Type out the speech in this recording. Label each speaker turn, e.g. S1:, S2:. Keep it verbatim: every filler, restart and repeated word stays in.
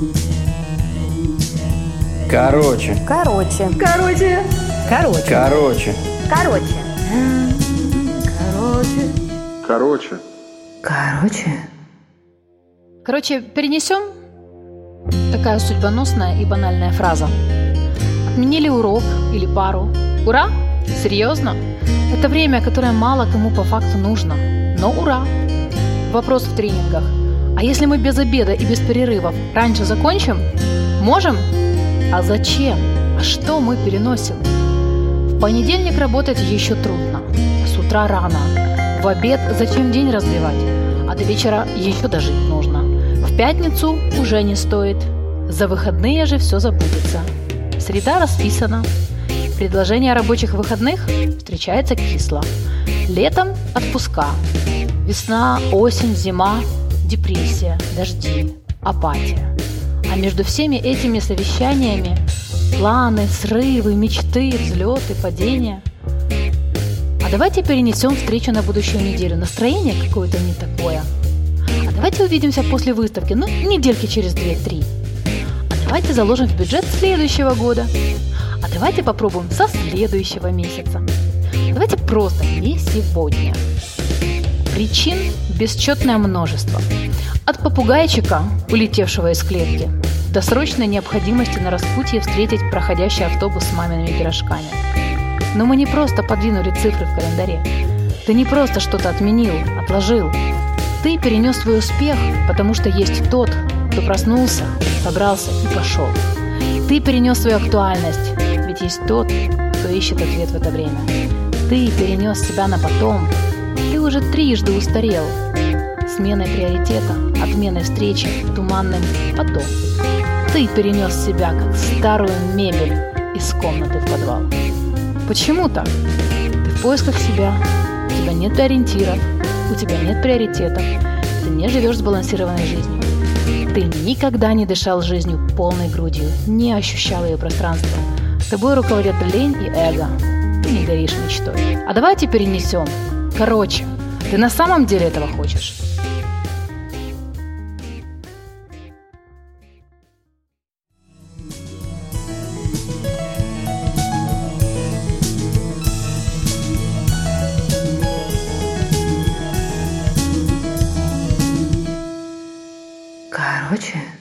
S1: Короче.
S2: Короче.
S3: Короче.
S2: Короче.
S1: Короче.
S2: Короче.
S3: Короче.
S4: Короче.
S2: Короче.
S5: Короче, перенесем. Такая судьбоносная и банальная фраза. Отменили урок или пару. Ура? Серьезно? Это время, которое мало кому по факту нужно. Но ура! Вопрос в тренингах. А если мы без обеда и без перерывов раньше закончим? Можем? А зачем? А что мы переносим? В понедельник работать еще трудно. С утра рано. В обед зачем день разбивать? А до вечера еще дожить нужно. В пятницу уже не стоит. За выходные же все забудется. Среда расписана. Предложение о рабочих выходных встречается кисло. Летом – отпуска. Весна, осень, зима – депрессия, дожди, апатия. А между всеми этими совещаниями – планы, срывы, мечты, взлеты, падения. А давайте перенесем встречу на будущую неделю. Настроение какое-то не такое. А давайте увидимся после выставки, ну, недельки через две-три. А давайте заложим в бюджет следующего года. А давайте попробуем со следующего месяца. Давайте просто не сегодня. Причин бесчетное множество. От попугайчика, улетевшего из клетки, до срочной необходимости на распутье встретить проходящий автобус с мамиными пирожками. Но мы не просто подвинули цифры в календаре. Ты не просто что-то отменил, отложил. Ты перенес свой успех, потому что есть тот, кто проснулся, собрался и пошел. Ты перенес свою актуальность, ведь есть тот, кто ищет ответ в это время. Ты перенес себя на потом. Ты уже трижды устарел. Сменой приоритета, отменой встречи, туманным потом. Ты перенес себя, как старую мебель, из комнаты в подвал. Почему так? Ты в поисках себя, у тебя нет ориентиров, у тебя нет приоритетов, ты не живешь сбалансированной жизнью. Ты никогда не дышал жизнью полной грудью, не ощущал ее пространства. Тобой руководят лень и эго. Ты не горишь мечтой. А давайте перенесем. Короче, ты на самом деле этого хочешь?
S2: Короче.